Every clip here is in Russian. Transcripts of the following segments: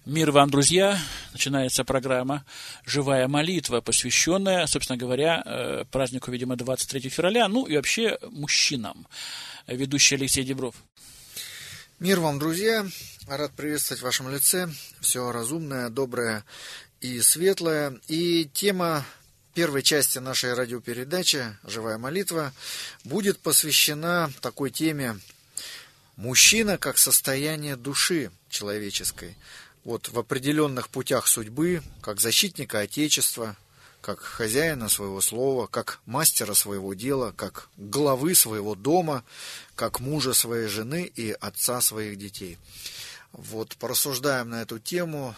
Мир вам, друзья! Начинается программа «Живая молитва», посвященная, собственно говоря, празднику, видимо, 23 февраля, ну и вообще мужчинам. Ведущий Алексей Дебров. Мир вам, друзья! Рад приветствовать в вашем лице все разумное, доброе и светлое. И тема первой части нашей радиопередачи «Живая молитва» будет посвящена такой теме «Мужчина как состояние души человеческой». Вот в определенных путях судьбы, как защитника Отечества, как хозяина своего слова, как мастера своего дела, как главы своего дома, как мужа своей жены и отца своих детей. Вот порассуждаем на эту тему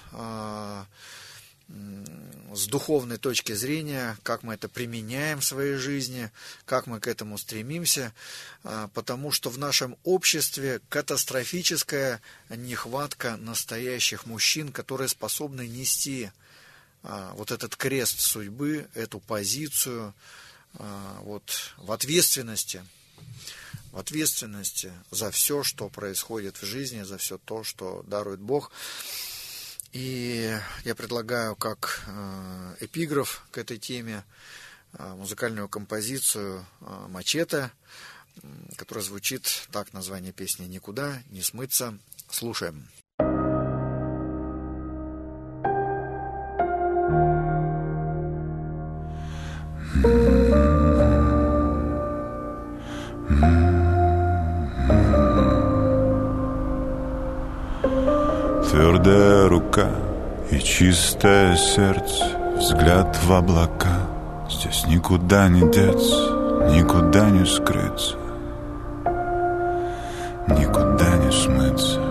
с духовной точки зрения, как мы это применяем в своей жизни, как мы к этому стремимся, потому что в нашем обществе катастрофическая нехватка настоящих мужчин, которые способны нести вот этот крест судьбы, эту позицию вот, в ответственности за все, что происходит в жизни, за все то, что дарует Бог. И я предлагаю как эпиграф к этой теме музыкальную композицию «Мачете», которая звучит так, название песни «Никуда не смыться». Слушаем. Твердая рука и чистое сердце, взгляд в облака. Здесь никуда не деться, никуда не скрыться, никуда не смыться.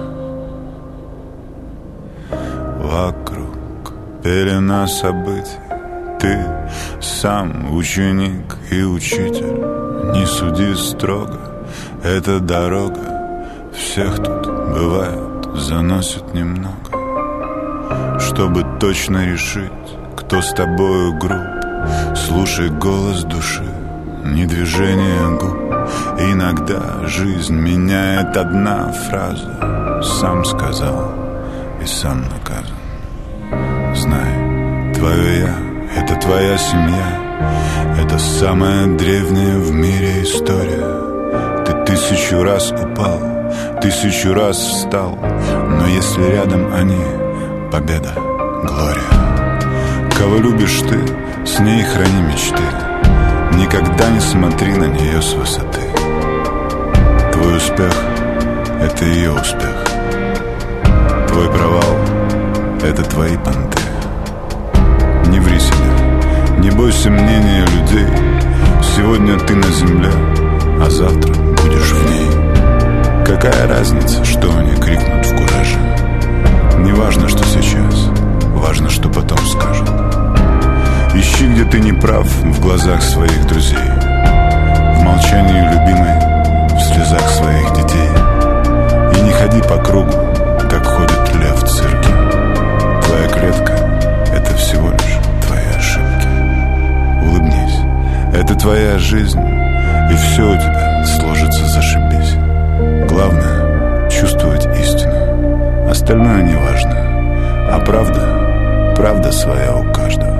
Вокруг пелена событий, ты сам ученик и учитель. Не суди строго, это дорога. Всех тут бывает, заносит немного. Чтобы точно решить, кто с тобою груб, слушай голос души, не движение губ. Иногда жизнь меняет одна фраза. Сам сказал и сам наказан. Знай, твое «я» — это твоя семья. Это самая древняя в мире история. Ты 1000 раз упал, 1000 раз встал, но если рядом они, победа, глория. Кого любишь ты, с ней храни мечты. Никогда не смотри на нее с высоты. Твой успех — это ее успех. Твой провал — это твои понты. Не ври себе, не бойся мнения людей. Сегодня ты на земле, а завтра будешь в ней. Какая разница, что они крикнут в кураже? Не важно, что сейчас, важно, что потом скажут. Ищи, где ты не прав, в глазах своих друзей, в молчании любимой, в слезах своих детей. И не ходи по кругу, как ходит лев в цирке. Твоя клетка — это всего лишь твои ошибки. Улыбнись, это твоя жизнь, и все у тебя сложится зашибись. Главное — чувствовать истину, остальное не важно. А правда своя у каждого.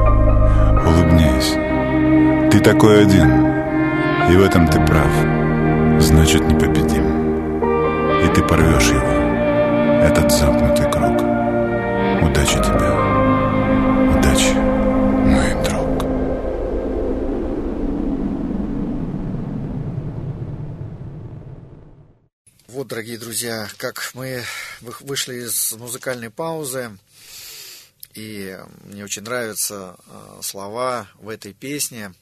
Улыбнись, ты такой один, и в этом ты прав. Значит, непобедим, и ты порвешь его, этот замкнутый круг. Удачи тебе, удачи, мой друг. Вот, дорогие друзья, как мы вышли из музыкальной паузы, и мне очень нравятся слова в этой песне,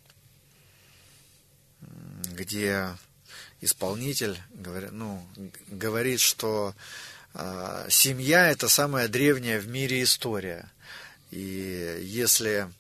где исполнитель говорит, что семья — это самая древняя в мире история. И если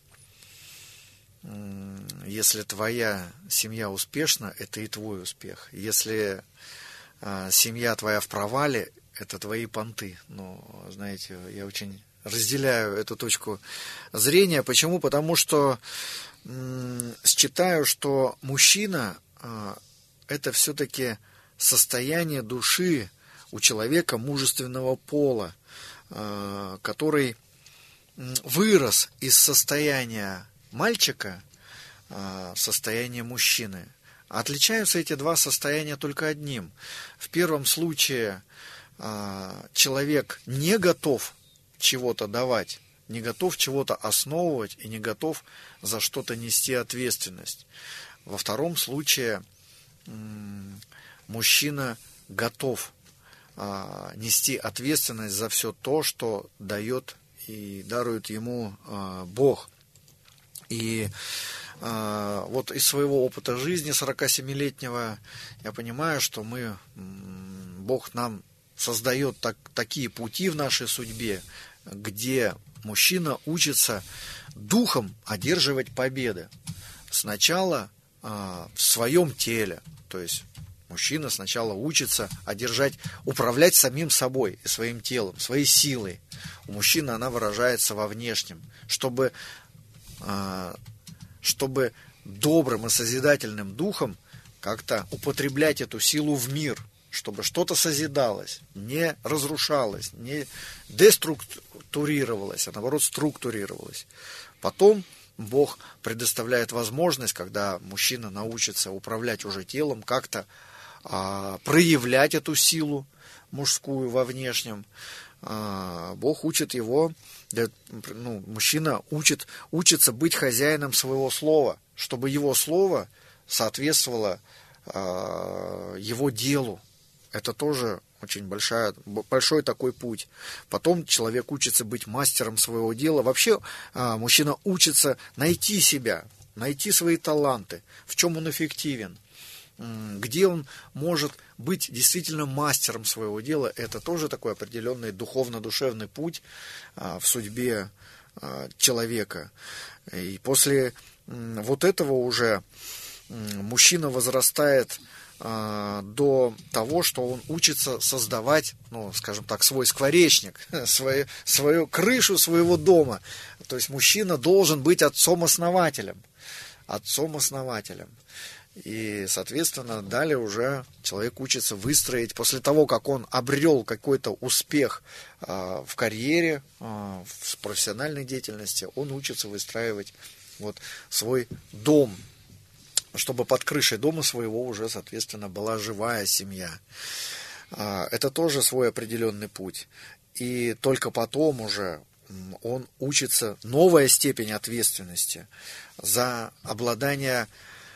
твоя семья успешна, это и твой успех. Если семья твоя в провале, это твои понты. Но, знаете, я очень разделяю эту точку зрения. Почему? Потому что считаю, что мужчина это все-таки состояние души у человека мужественного пола. который вырос из состояния мальчика в состояние мужчины. Отличаются эти два состояния только одним. В первом случае человек не готов чего-то давать, не готов чего-то основывать и не готов за что-то нести ответственность. Во втором случае мужчина готов нести ответственность за все то, что дает и дарует ему Бог. И вот из своего опыта жизни 47-летнего я понимаю, что Бог нам создает такие пути в нашей судьбе, где мужчина учится духом одерживать победы. Сначала в своем теле, то есть мужчина сначала учится управлять самим собой и своим телом, своей силой. У мужчины она выражается во внешнем, чтобы добрым и созидательным духом как-то употреблять эту силу в мир, чтобы что-то созидалось, не разрушалось, не деструктурировалось, а наоборот структурировалось. Потом Бог предоставляет возможность, когда мужчина научится управлять уже телом, как-то проявлять эту силу мужскую во внешнем. Бог учит его, мужчина учится быть хозяином своего слова, чтобы его слово соответствовало его делу. Это тоже очень большой такой путь. Потом человек учится быть мастером своего дела. Вообще мужчина учится найти себя, найти свои таланты, в чем он эффективен, где он может быть действительно мастером своего дела. Это тоже такой определенный духовно-душевный путь в судьбе человека. И после вот этого уже мужчина возрастает до того, что он учится создавать, скажем так, свой скворечник, свою крышу своего дома. То есть мужчина должен быть отцом-основателем. И, соответственно, далее уже человек учится выстроить, после того, как он обрел какой-то успех в карьере, в профессиональной деятельности, он учится выстраивать свой дом, чтобы под крышей дома своего уже, соответственно, была живая семья. Это тоже свой определенный путь. И только потом уже он учится, новая степень ответственности за обладание,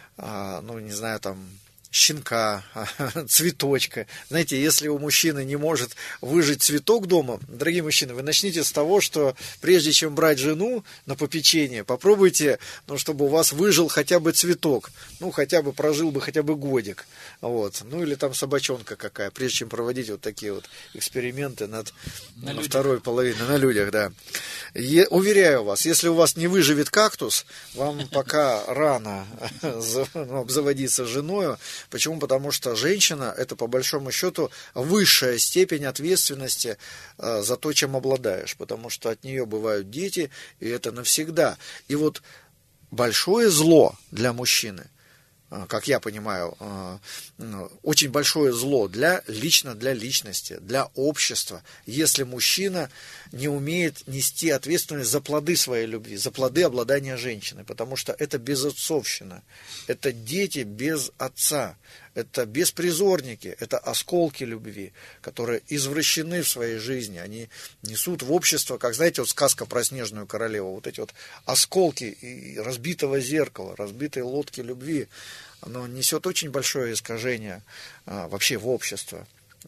щенка, цветочка. Знаете, если у мужчины не может выжить цветок дома, дорогие мужчины, вы начните с того, что прежде чем брать жену на попечение, попробуйте, чтобы у вас выжил хотя бы цветок, хотя бы прожил бы хотя бы годик, или там собачонка какая, прежде чем проводить вот такие вот эксперименты на второй половине, на людях, да. Уверяю вас, если у вас не выживет кактус, вам пока рано обзаводиться женою. Почему? Потому что женщина – это, по большому счету, высшая степень ответственности за то, чем обладаешь. Потому что от нее бывают дети, и это навсегда. И вот большое зло для мужчины, как я понимаю, очень большое зло лично для личности, для общества, если мужчина не умеет нести ответственность за плоды своей любви, за плоды обладания женщиной, потому что это безотцовщина, это дети без отца, это беспризорники, это осколки любви, которые извращены в своей жизни, они несут в общество, как, знаете, сказка про Снежную королеву, вот эти осколки разбитого зеркала, разбитой лодки любви, оно несет очень большое искажение вообще в общество.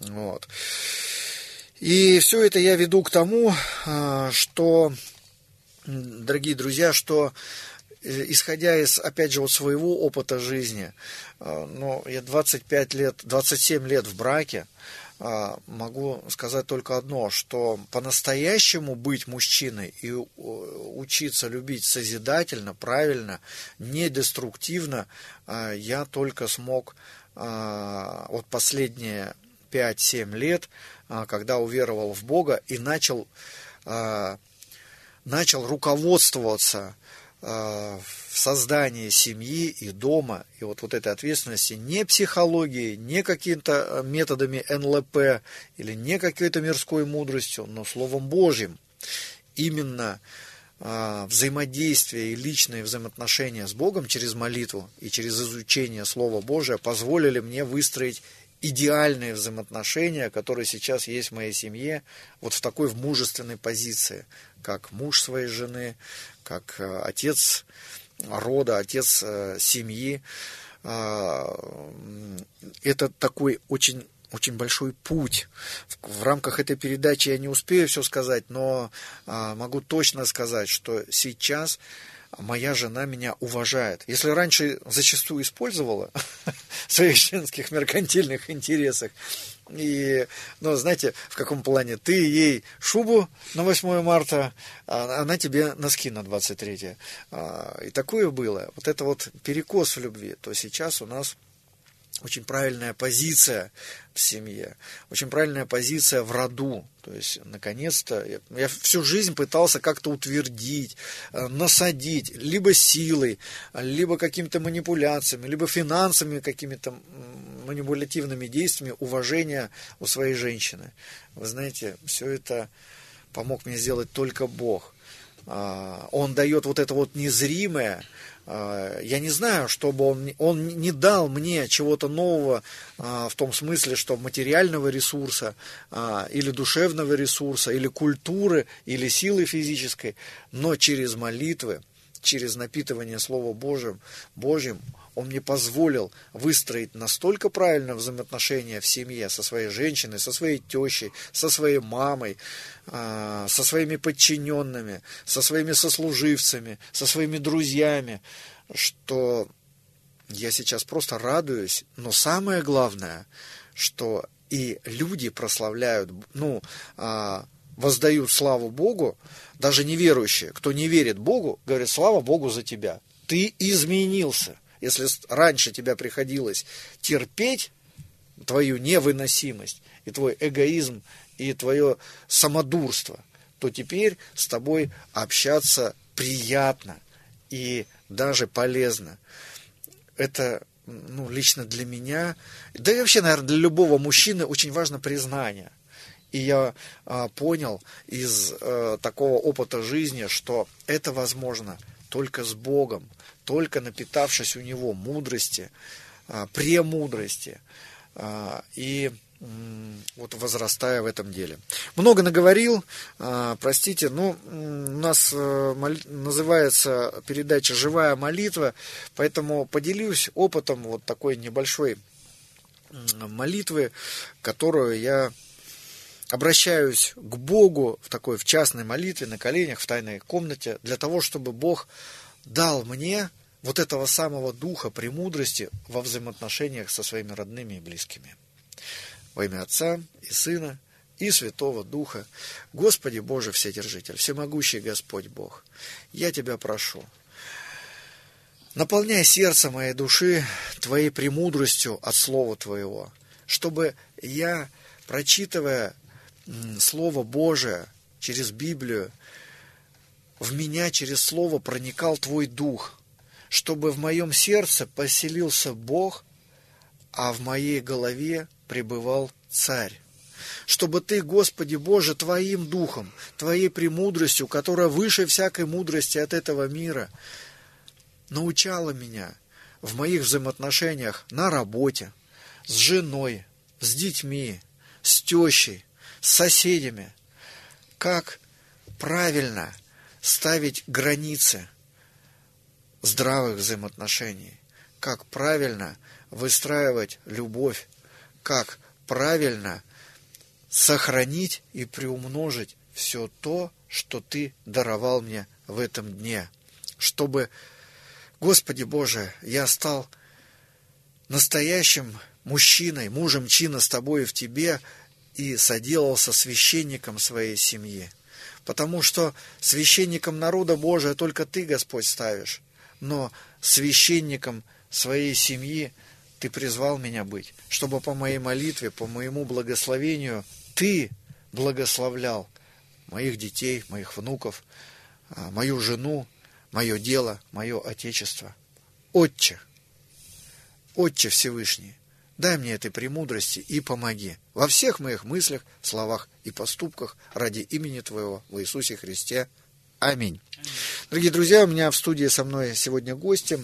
И все это я веду к тому, что, дорогие друзья, что исходя из, опять же, своего опыта жизни, я 27 лет в браке, могу сказать только одно, что по-настоящему быть мужчиной и учиться любить созидательно, правильно, не деструктивно, я только смог последние 5-7 лет, когда уверовал в Бога и начал руководствоваться в создании семьи и дома, и вот этой ответственности не психологией, не какими-то методами НЛП или не какой-то мирской мудростью, но Словом Божьим. Именно взаимодействие и личные взаимоотношения с Богом через молитву и через изучение Слова Божия позволили мне выстроить идеальные взаимоотношения, которые сейчас есть в моей семье, вот в такой в мужественной позиции, как муж своей жены, как отец рода, отец семьи. Это такой очень большой путь. В рамках этой передачи я не успею все сказать, но могу точно сказать, что сейчас моя жена меня уважает. Если раньше зачастую использовала в своих женских меркантильных интересах, и, знаете, в каком плане, ты ей шубу на 8 марта, а она тебе носки на 23. И такое было. Вот это вот перекос в любви. То сейчас у нас очень правильная позиция в семье, очень правильная позиция в роду. То есть, наконец-то, я всю жизнь пытался как-то утвердить, насадить, либо силой, либо какими-то манипуляциями, либо финансовыми какими-то манипулятивными действиями уважение у своей женщины. Вы знаете, все это помог мне сделать только Бог. Он дает вот это вот незримое. Я не знаю, чтобы он не дал мне чего-то нового в том смысле, что материального ресурса или душевного ресурса, или культуры, или силы физической, но через молитвы, через напитывание Словом Божьим он мне позволил выстроить настолько правильное взаимоотношения в семье со своей женщиной, со своей тещей, со своей мамой, со своими подчиненными, со своими сослуживцами, со своими друзьями, что я сейчас просто радуюсь. Но самое главное, что и люди прославляют, воздают славу Богу, даже неверующие, кто не верит Богу, говорят: слава Богу за тебя, ты изменился. Если раньше тебе приходилось терпеть твою невыносимость, и твой эгоизм, и твое самодурство, то теперь с тобой общаться приятно и даже полезно. Это, лично для меня, да и вообще, наверное, для любого мужчины очень важно признание. И я понял из такого опыта жизни, что это возможно только с Богом, только напитавшись у Него мудрости, премудрости, и вот возрастая в этом деле. Много наговорил, простите, у нас называется передача «Живая молитва», поэтому поделюсь опытом вот такой небольшой молитвы, которую я обращаюсь к Богу в частной молитве, на коленях, в тайной комнате, для того, чтобы Бог дал мне вот этого самого духа премудрости во взаимоотношениях со своими родными и близкими. Во имя Отца и Сына и Святого Духа. Господи Боже Вседержитель, всемогущий Господь Бог, я Тебя прошу, наполняй сердце моей души Твоей премудростью от Слова Твоего, чтобы я, прочитывая Слово Божие через Библию, в меня через Слово проникал Твой Дух, чтобы в моем сердце поселился Бог, а в моей голове пребывал Царь. Чтобы Ты, Господи Боже, Твоим Духом, Твоей премудростью, которая выше всякой мудрости от этого мира, научала меня в моих взаимоотношениях на работе, с женой, с детьми, с тещей, с соседями, как правильно ставить границы здравых взаимоотношений, как правильно выстраивать любовь, как правильно сохранить и приумножить все то, что Ты даровал мне в этом дне, чтобы, Господи Боже, я стал настоящим мужчиной, мужем чина с Тобой в Тебе, и соделался священником своей семьи. Потому что священником народа Божия только Ты, Господь, ставишь. Но священником своей семьи Ты призвал меня быть, чтобы по моей молитве, по моему благословению Ты благословлял моих детей, моих внуков, мою жену, мое дело, мое Отечество. Отче, Отче Всевышний, дай мне этой премудрости и помоги во всех моих мыслях, словах и поступках ради имени Твоего во Иисусе Христе. Аминь. Дорогие друзья, у меня в студии со мной сегодня гости.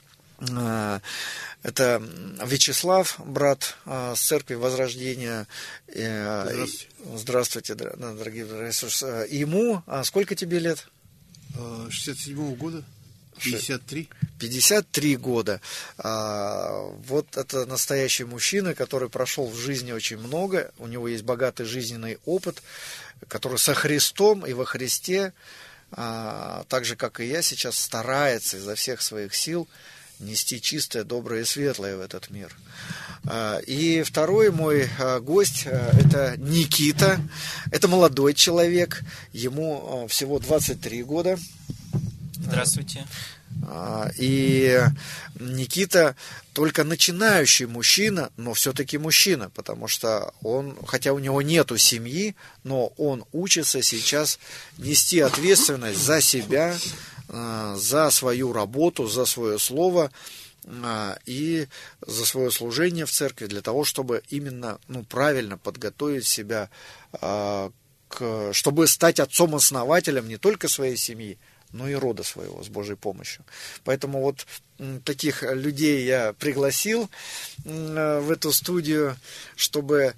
Это Вячеслав, брат с Церкви Возрождения. Здравствуйте. Здравствуйте, дорогие друзья. Ему сколько тебе лет? 67-го года. 53. 53 года. Вот это настоящий мужчина, который прошел в жизни очень много. У него есть богатый жизненный опыт, который со Христом и во Христе, так же, как и я, сейчас старается изо всех своих сил нести чистое, доброе и светлое в этот мир. И второй мой гость – это Никита. Это молодой человек, ему всего 23 года. Здравствуйте. И Никита только начинающий мужчина, но все-таки мужчина, потому что он, хотя у него нету семьи, но он учится сейчас нести ответственность за себя, за свою работу, за свое слово и за свое служение в церкви, для того, чтобы именно правильно подготовить себя, чтобы стать отцом-основателем не только своей семьи, но и рода своего с Божьей помощью. Поэтому вот таких людей я пригласил в эту студию, чтобы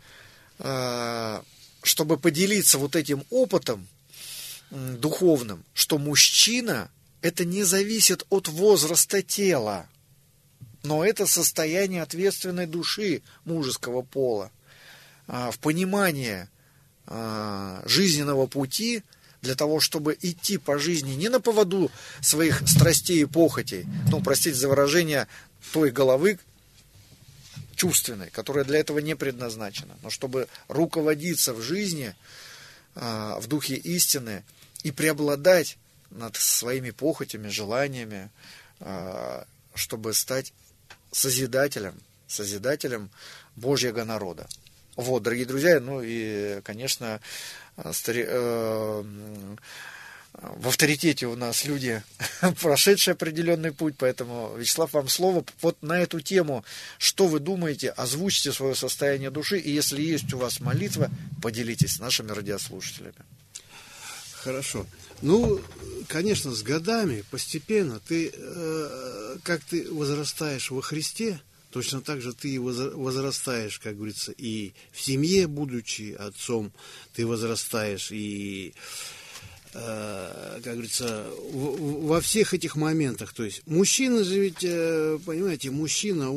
поделиться вот этим опытом духовным, что мужчина – это не зависит от возраста тела, но это состояние ответственной души мужеского пола, в понимании жизненного пути, для того, чтобы идти по жизни не на поводу своих страстей и похотей, простите за выражение, той головы чувственной, которая для этого не предназначена, но чтобы руководиться в жизни в духе истины и преобладать над своими похотями, желаниями, чтобы стать созидателем Божьего народа. Вот, дорогие друзья, и, конечно, в авторитете у нас люди, прошедшие определенный путь, поэтому, Вячеслав, вам слово вот на эту тему. Что вы думаете? Озвучьте свое состояние души, и если есть у вас молитва, поделитесь с нашими радиослушателями. Хорошо. Конечно, с годами, постепенно, как ты возрастаешь во Христе, точно так же ты возрастаешь, как говорится, и в семье, будучи отцом, ты возрастаешь, и, как говорится, во всех этих моментах. То есть мужчина же ведь, понимаете, мужчина,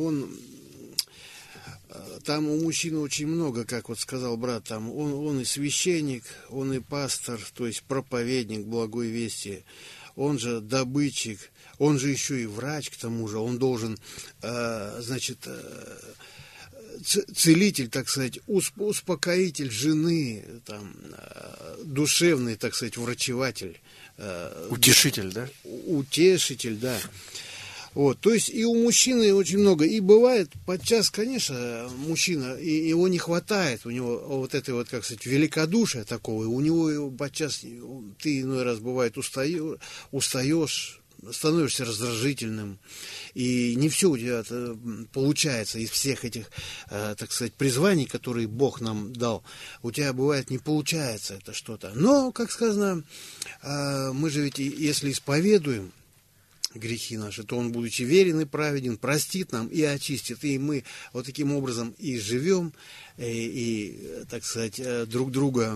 там у мужчины очень много, как вот сказал брат, там он и священник, он и пастор, то есть проповедник благой вести, он же добытчик, он же еще и врач, к тому же, он должен, целитель, так сказать, успокоитель жены, там, душевный, так сказать, врачеватель. Утешитель, да? Утешитель, да. Вот, то есть и у мужчины очень много. И бывает, подчас, конечно, мужчина, и его не хватает, у него вот этой вот, как сказать, великодушия такого, и у него подчас, ты иной раз, бывает, устаешь, становишься раздражительным, и не все у тебя получается из всех этих, так сказать, призваний, которые Бог нам дал. У тебя, бывает, не получается это что-то. Но, как сказано, мы же ведь, если исповедуем грехи наши, то Он, будучи верен и праведен, простит нам и очистит. И мы вот таким образом и живем, и так сказать, друг друга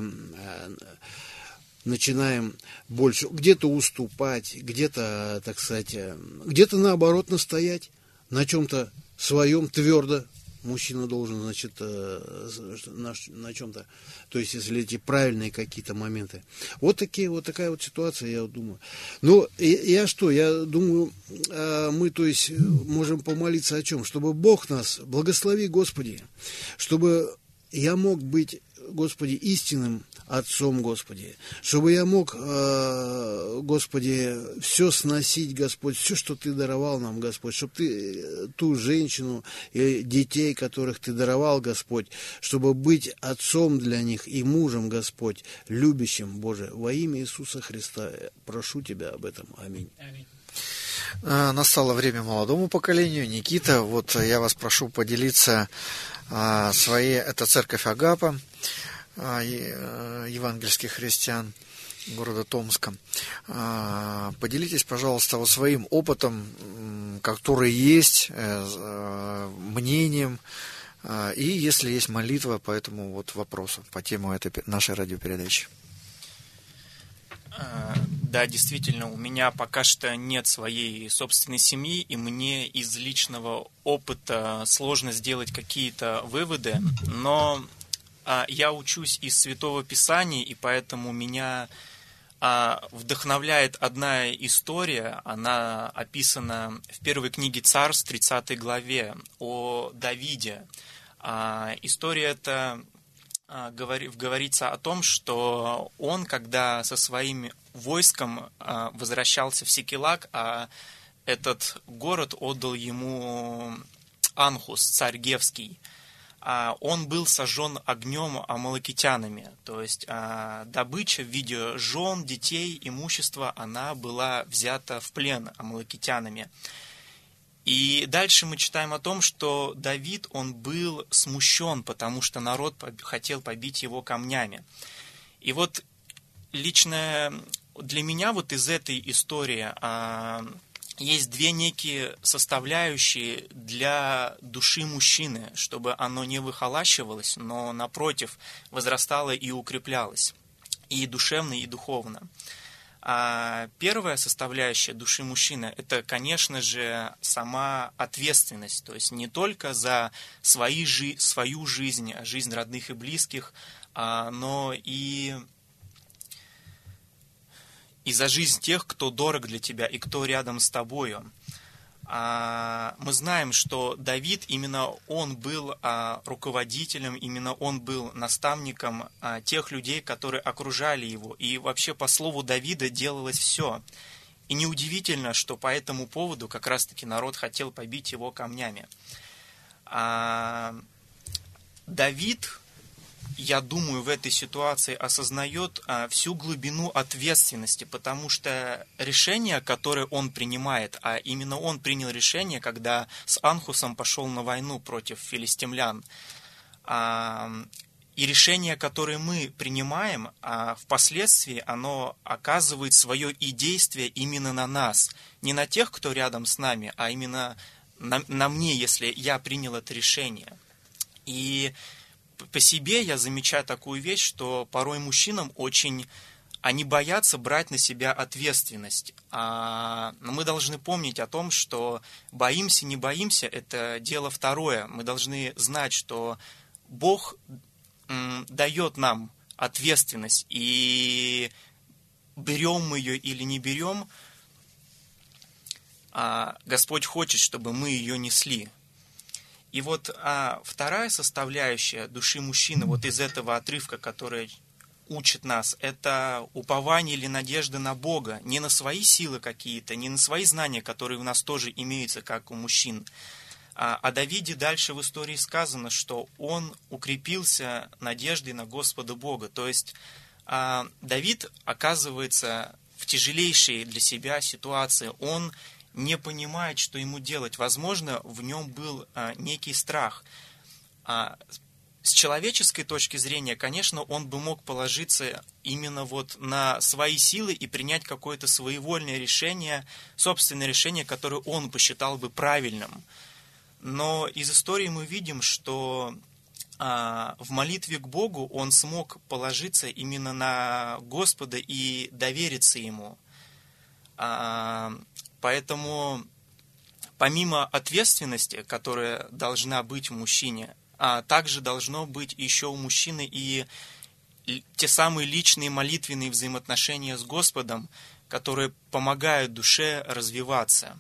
начинаем больше где-то уступать, где-то, так сказать, где-то наоборот настоять на чем-то своем твердо. Мужчина должен, значит, на чем-то, то есть, если эти правильные какие-то моменты. Вот такая вот ситуация, я думаю. Но я думаю, мы, то есть, можем помолиться о чем? Чтобы Бог нас, благослови, Господи, чтобы я мог быть, Господи, истинным отцом, Господи. Чтобы я мог, Господи, все сносить, Господь, все, что Ты даровал нам, Господь, чтобы Ты ту женщину и детей, которых Ты даровал, Господь, чтобы быть отцом для них и мужем, Господь, любящим, Боже, во имя Иисуса Христа, прошу Тебя об этом. Аминь. Настало время молодому поколению. Никита, вот я вас прошу поделиться это церковь Агапа, евангельских христиан города Томска. Поделитесь, пожалуйста, вот своим опытом, который есть, мнением, и если есть молитва по этому вот вопросу, по теме этой нашей радиопередачи. Да, действительно, у меня пока что нет своей собственной семьи, и мне из личного опыта сложно сделать какие-то выводы, но я учусь из Святого Писания, и поэтому меня вдохновляет одна история, она описана в первой книге Царств, 30 главе, о Давиде. История эта говорится о том, что он, когда со своим войском возвращался в Сикелаг, а этот город отдал ему Анхус, царь Гевский, он был сожжен огнем амаликитянами, то есть добыча в виде жен, детей, имущества, она была взята в плен амаликитянами. И дальше мы читаем о том, что Давид, он был смущен, потому что народ хотел побить его камнями. И вот лично для меня вот из этой истории есть две некие составляющие для души мужчины, чтобы оно не выхолащивалось, но, напротив, возрастало и укреплялось, и душевно, и духовно. Первая составляющая души мужчины – это, конечно же, сама ответственность, то есть не только за свою жизнь, жизнь родных и близких, но и за жизнь тех, кто дорог для тебя и кто рядом с тобою. Мы знаем, что Давид, именно он был руководителем, именно он был наставником тех людей, которые окружали его. И вообще по слову Давида делалось все. И неудивительно, что по этому поводу как раз-таки народ хотел побить его камнями. Давид, я думаю, в этой ситуации осознает всю глубину ответственности, потому что решение, которое он принимает, а именно он принял решение, когда с Анхусом пошел на войну против филистимлян, и решение, которое мы принимаем, впоследствии оно оказывает свое и действие именно на нас, не на тех, кто рядом с нами, а именно на мне, если я принял это решение. И по себе я замечаю такую вещь, что порой мужчинам они боятся брать на себя ответственность. Но мы должны помнить о том, что боимся, не боимся, это дело второе. Мы должны знать, что Бог дает нам ответственность, и берем мы ее или не берем, Господь хочет, чтобы мы ее несли. И вот вторая составляющая души мужчины, вот из этого отрывка, который учит нас, это упование или надежда на Бога, не на свои силы какие-то, не на свои знания, которые у нас тоже имеются, как у мужчин. О Давиде дальше в истории сказано, что он укрепился надеждой на Господа Бога. То есть Давид оказывается в тяжелейшей для себя ситуации. Он не понимает, что ему делать. Возможно, в нем был некий страх. С человеческой точки зрения, конечно, он бы мог положиться именно вот на свои силы и принять какое-то своевольное решение, собственное решение, которое он посчитал бы правильным. Но из истории мы видим, что в молитве к Богу он смог положиться именно на Господа и довериться Ему. Поэтому помимо ответственности, которая должна быть в мужчине, также должно быть еще у мужчины и те самые личные молитвенные взаимоотношения с Господом, которые помогают душе развиваться.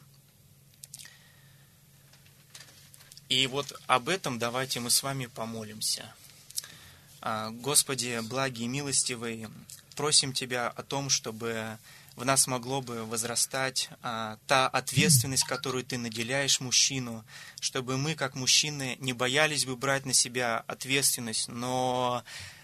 И вот об этом давайте мы с вами помолимся. Господи, благий и милостивый, просим Тебя о том, чтобы в нас могло бы возрастать та ответственность, которую Ты наделяешь мужчину, чтобы мы, как мужчины, не боялись бы брать на себя ответственность, но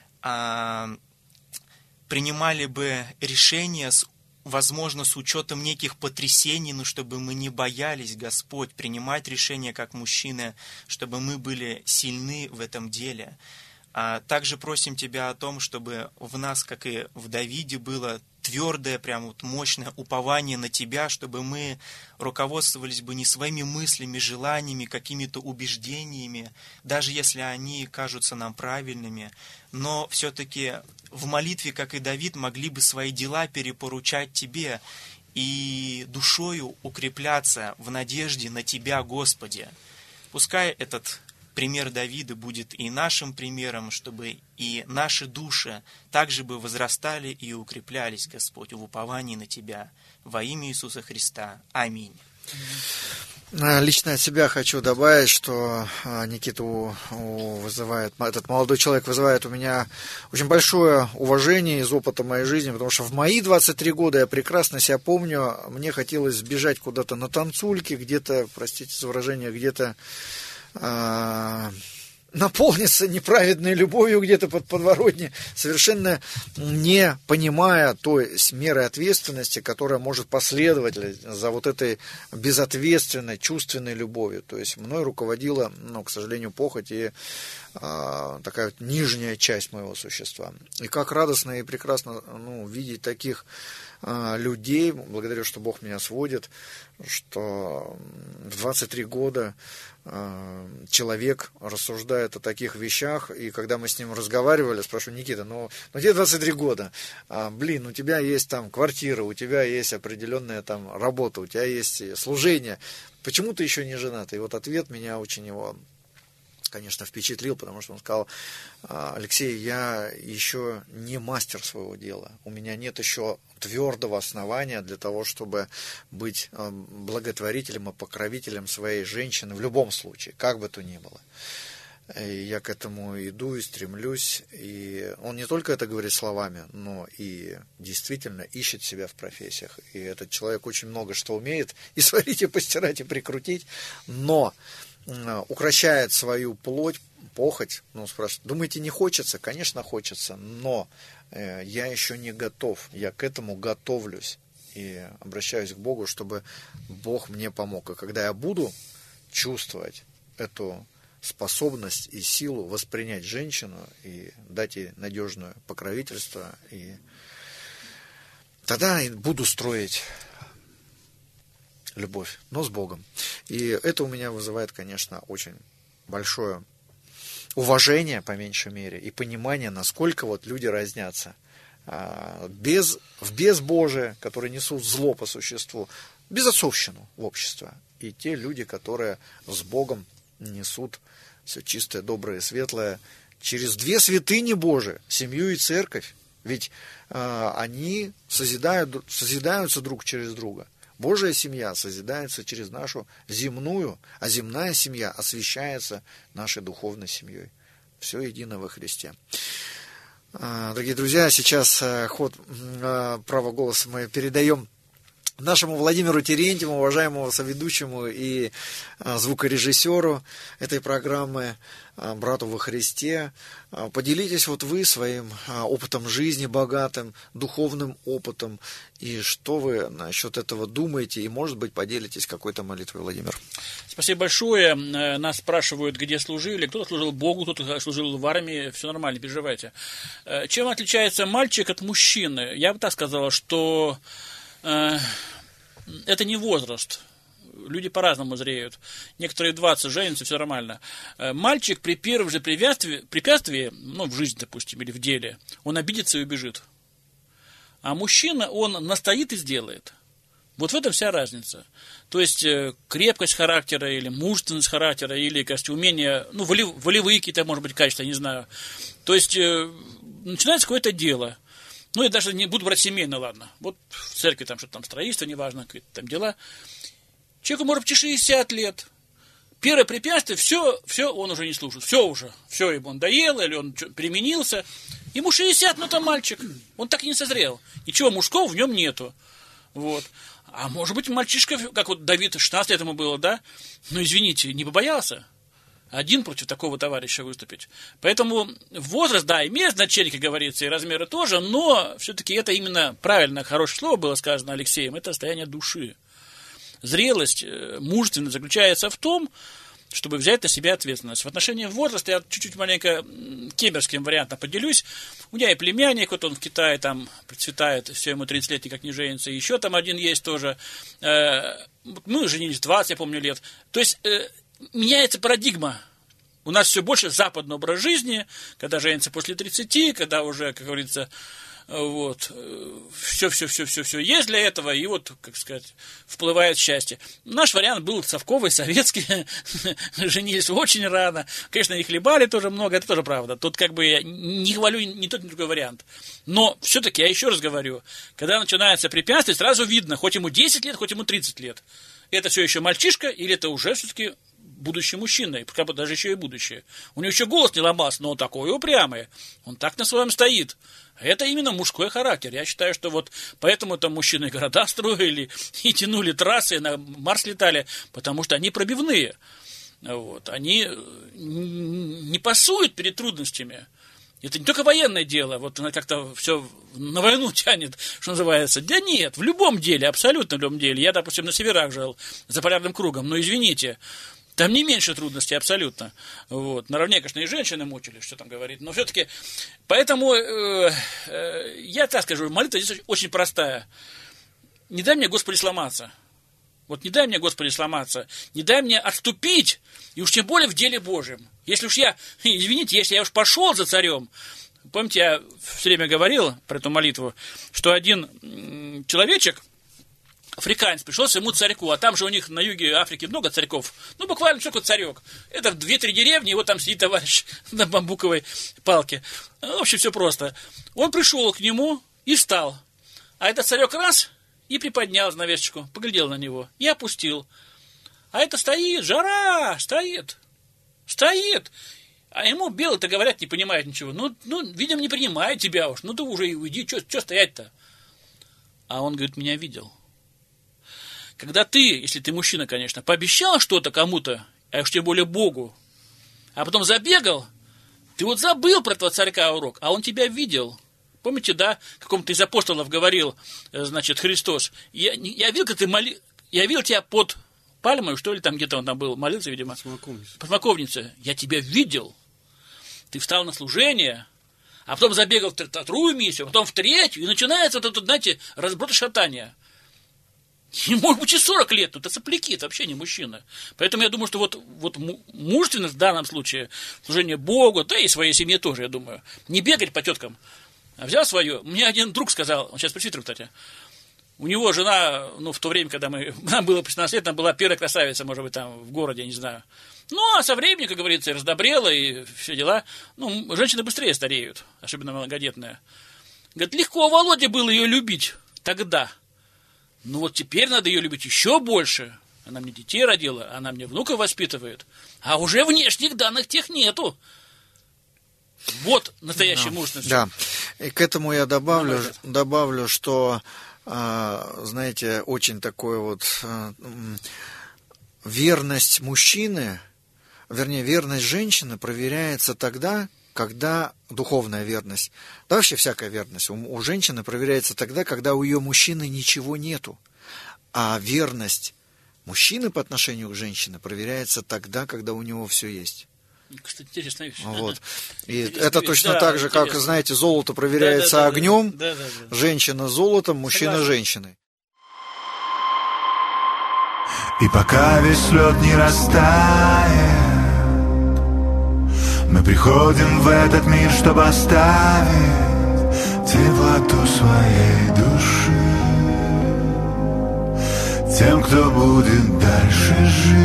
принимали бы решения, возможно, с учетом неких потрясений, но чтобы мы не боялись, Господь, принимать решения как мужчины, чтобы мы были сильны в этом деле. Также просим Тебя о том, чтобы в нас, как и в Давиде, было твердое, прям вот мощное упование на Тебя, чтобы мы руководствовались бы не своими мыслями, желаниями, какими-то убеждениями, даже если они кажутся нам правильными, но все-таки в молитве, как и Давид, могли бы свои дела перепоручать Тебе и душою укрепляться в надежде на Тебя, Господи. Пускай этот пример Давида будет и нашим примером, чтобы и наши души также бы возрастали и укреплялись, Господь, в уповании на Тебя. Во имя Иисуса Христа. Аминь. Лично от себя хочу добавить, что Никиту вызывает, этот молодой человек вызывает у меня очень большое уважение из опыта моей жизни, потому что в мои 23 года, я прекрасно себя помню, мне хотелось сбежать куда-то на танцульке, где-то, простите за выражение, где-то наполниться неправедной любовью где-то под подворотней, совершенно не понимая той меры ответственности, которая может последовать за вот этой безответственной, чувственной любовью. То есть мной руководила, к сожалению, похоть и такая вот нижняя часть моего существа. И как радостно и прекрасно видеть таких людей, благодарю, что Бог меня сводит, что в 23 года человек рассуждает о таких вещах, и когда мы с ним разговаривали, спрашиваю: Никита, тебе 23 года, у тебя есть там квартира, у тебя есть определенная там работа, у тебя есть служение, почему ты еще не женат? И вот ответ меня очень его, конечно, впечатлил, потому что он сказал: Алексей, я еще не мастер своего дела, у меня нет еще твердого основания для того, чтобы быть благотворителем и покровителем своей женщины в любом случае, как бы то ни было. И я к этому иду и стремлюсь, и он не только это говорит словами, но и действительно ищет себя в профессиях. И этот человек очень много что умеет и сварить, и постирать, и прикрутить, но укрощает свою плоть, похоть. Спрашивает: думаете, не хочется? Конечно, хочется, но я еще не готов, я к этому готовлюсь и обращаюсь к Богу, чтобы Бог мне помог. И когда я буду чувствовать эту способность и силу воспринять женщину и дать ей надежное покровительство, и тогда буду строить любовь, но с Богом. И это у меня вызывает, конечно, очень большое уважение, по меньшей мере, и понимание, насколько люди разнятся. В безбожие, которые несут зло по существу, безотцовщину в обществе, и те люди, которые с Богом несут все чистое, доброе, светлое, через две святыни Божии, семью и церковь. Ведь они созидаются друг через друга. Божья семья созидается через нашу земную, а земная семья освящается нашей духовной семьей. Все едино во Христе. Дорогие друзья, сейчас ход права голоса мы передаем нашему Владимиру Терентьеву, уважаемому соведущему и звукорежиссеру этой программы, брату во Христе. Поделитесь вы своим опытом жизни богатым, духовным опытом, и что вы насчет этого думаете, и, может быть, поделитесь какой-то молитвой, Владимир. Спасибо большое. Нас спрашивают, где служили. Кто-то служил Богу, кто-то служил в армии. Все нормально, переживайте. Чем отличается мальчик от мужчины? Я бы так сказал, что это не возраст. Люди по-разному зреют. Некоторые 20 женятся, все нормально. Мальчик при первом же препятствии, в жизни, допустим, или в деле, он обидится и убежит. А мужчина, он настоит и сделает. Вот в этом вся разница. То есть крепкость характера, или мужественность характера, или, кажется, умение, волевые какие-то, может быть, качества, не знаю. То есть начинается какое-то дело. Я даже не буду брать семейное, ладно. Вот в церкви там что-то там строительство, неважно, какие-то там дела. Человеку, может быть, 60 лет. первое препятствие, все он уже не слушает. Все ему надоело, или он переменился. Ему 60, но там мальчик. Он так и не созрел. Ничего мужского в нем нету. Вот. А может быть, мальчишка, как вот Давид, 16 лет ему было, да? Но, извините, не побоялся один против такого товарища выступить. Поэтому возраст, да, имеет значение, как говорится, и размеры тоже, но все-таки это именно правильно, хорошее слово было сказано Алексеем, это состояние души. Зрелость, мужественность заключается в том, чтобы взять на себя ответственность. В отношении возраста я чуть-чуть маленько кемерским вариантом поделюсь. У меня и племянник, вот он в Китае там процветает, все ему 30 лет никак не женится, еще там один есть тоже. Мы женились 20, я помню, лет. То есть меняется парадигма. У нас все больше западный образ жизни, когда женится после 30, когда уже, как говорится, вот, все есть для этого, и вот, как сказать, вплывает счастье. Наш вариант был совковый, советский, женились очень рано, конечно, и хлебали тоже много, это тоже правда, тут как бы я не хвалю ни тот, ни другой вариант, но все-таки, я еще раз говорю, когда начинается препятствие, сразу видно, хоть ему 10 лет, хоть ему 30 лет, это все еще мальчишка, или это уже все-таки будущий мужчина, как бы даже еще и будущее. У него еще голос не ломался, но он такой упрямый, он так на своем стоит. Это именно мужской характер. Я считаю, что вот поэтому там мужчины города строили и тянули трассы, на Марс летали, потому что они пробивные. Вот. Они не пасуют перед трудностями. Это не только военное дело, вот она как-то все на войну тянет, что называется. Да нет, в любом деле, абсолютно в любом деле. Я, допустим, на северах жил, за полярным кругом, но извините, там не меньше трудностей абсолютно. Вот. Наравне, конечно, и женщины мучили, что там говорить. Но все-таки, поэтому я так скажу, молитва здесь очень простая. Не дай мне, Господи, сломаться. Вот не дай мне, Господи, сломаться. Не дай мне отступить, и уж тем более в деле Божьем. Если уж я, извините, если я уж пошел за царем. Помните, я все время говорил про эту молитву, что один человечек, африканец, пришел к своему царьку, а там же у них на юге Африки много царьков, ну, буквально только царек. Это в 2-3 деревни, и вот там сидит товарищ на бамбуковой палке. В общем, все просто. Он пришел к нему и встал. А этот царек раз и приподнял занавесочку, поглядел на него и опустил. А это стоит, жара, стоит. А ему белый-то, говорят, не понимает ничего. Ну, видимо, не принимает тебя уж. Ну, ты уже и уйди, что стоять-то? А он, говорит, меня видел. Когда ты, если ты мужчина, конечно, пообещал что-то кому-то, а уж тем более Богу, а потом забегал, ты вот забыл про этого царька урок, а он тебя видел. Помните, да, какому-то из апостолов говорил, значит, Христос, я видел, как ты я видел тебя под пальмой, что ли, там где-то он там был, молился, видимо. Под смоковницей. Я тебя видел. Ты встал на служение, а потом забегал в вторую миссию, потом в третью, и начинается вот это, знаете, разброд и шатание. Ему может быть и 40 лет, но это сопляки, это вообще не мужчина. Поэтому я думаю, что вот мужественность в данном случае, служение Богу, да и своей семье тоже, я думаю, не бегать по теткам, а взял свое. Мне один друг сказал, он сейчас пресвитер, кстати, у него жена, в то время, когда нам было 15 лет, она была первая красавица, может быть, там в городе, я не знаю. Ну, а со временем, как говорится, и раздобрела, и все дела. Женщины быстрее стареют, особенно многодетные. Говорит, легко Володе было ее любить тогда. Ну вот теперь надо ее любить еще больше. Она мне детей родила, она мне внуков воспитывает. А уже внешних данных тех нету. Вот настоящая мужественность. Да, и к этому я добавлю, что, знаете, очень такое вот верность мужчины, вернее, верность женщины проверяется тогда, когда духовная верность, да вообще всякая верность у женщины проверяется тогда, когда у ее мужчины ничего нету. А верность мужчины по отношению к женщине проверяется тогда, когда у него все есть. Кстати, интересная вещь. Вот. И это точно так же, как, знаете, золото проверяется огнем, женщина золотом, мужчина женщиной. И пока весь лед не растает, мы приходим в этот мир, чтобы оставить теплоту своей души тем, кто будет дальше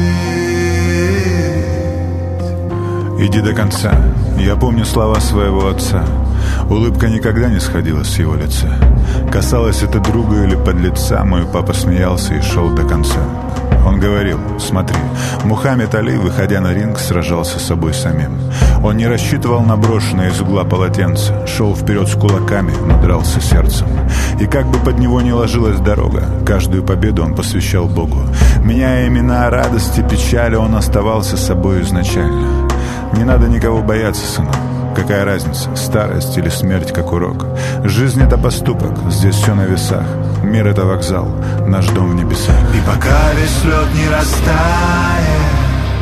жить. Иди до конца. Я помню слова своего отца. Улыбка никогда не сходила с его лица. Касалось это друга или подлеца, мой папа смеялся и шел до конца. Он говорил: смотри, Мухаммед Али, выходя на ринг, сражался с собой самим. Он не рассчитывал на брошенное из угла полотенце, шел вперед с кулаками, но дрался сердцем. И как бы под него ни ложилась дорога, каждую победу он посвящал Богу. Меняя имена радости, печали, он оставался собой изначально. Не надо никого бояться, сынок. Какая разница, старость или смерть, как урок. Жизнь — это поступок, здесь все на весах. Мир — это вокзал, наш дом в небесах. И пока весь лед не растает,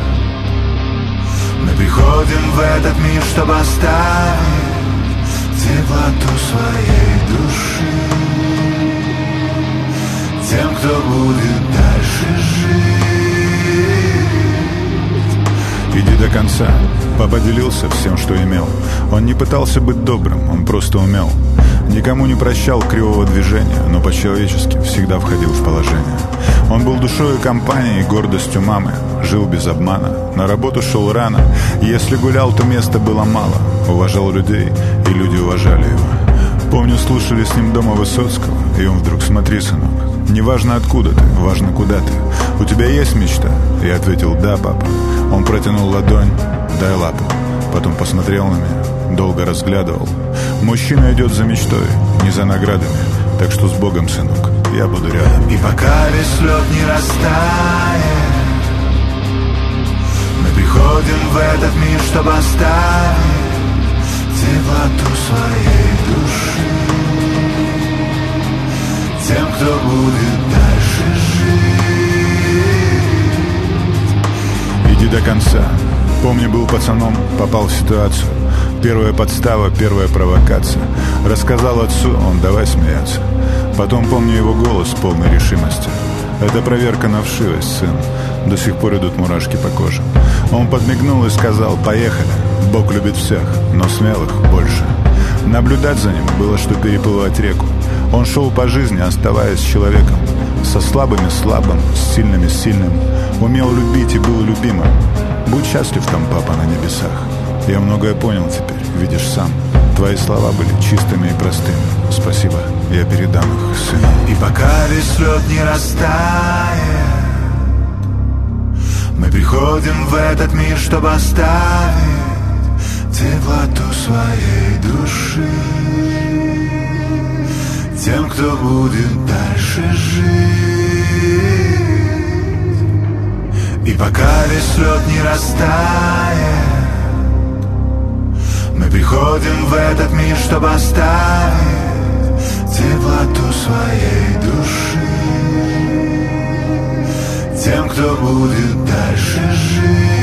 мы приходим в этот мир, чтобы оставить теплоту своей души тем, кто будет дальше жить. Иди до конца. Папа делился всем, что имел. Он не пытался быть добрым, он просто умел. Никому не прощал кривого движения, но по-человечески всегда входил в положение. Он был душой компании и гордостью мамы. Жил без обмана, на работу шел рано. Если гулял, то места было мало. Уважал людей, и люди уважали его. Помню, слушали с ним дома Высоцкого, и он вдруг: смотри, сынок, не важно откуда ты, важно куда ты. У тебя есть мечта? Я ответил: да, папа. Он протянул ладонь: дай лапу. Потом посмотрел на меня, долго разглядывал. Мужчина идет за мечтой, не за наградами. Так что с Богом, сынок, я буду рядом. И пока весь лед не растает, мы приходим в этот мир, чтобы оставить теплоту своей души тем, кто будет дальше жить. Иди до конца. Помню, был пацаном, попал в ситуацию. Первая подстава, первая провокация. Рассказал отцу, он: давай смеяться. Потом помню его голос полной решимости. Это проверка на вшивость, сын. До сих пор идут мурашки по коже. Он подмигнул и сказал: поехали. Бог любит всех, но смелых больше. Наблюдать за ним было, что переплывать реку. Он шел по жизни, оставаясь человеком. Со слабыми слабым, с сильными сильным. Умел любить и был любимым. Будь счастлив там, папа, на небесах. Я многое понял теперь, видишь сам. Твои слова были чистыми и простыми. Спасибо, я передам их сыну. И пока весь лед не растает, мы приходим в этот мир, чтобы оставить теплоту своей души тем, кто будет дальше жить. И пока весь лед не растает, мы приходим в этот мир, чтобы оставить теплоту своей души тем, кто будет дальше жить.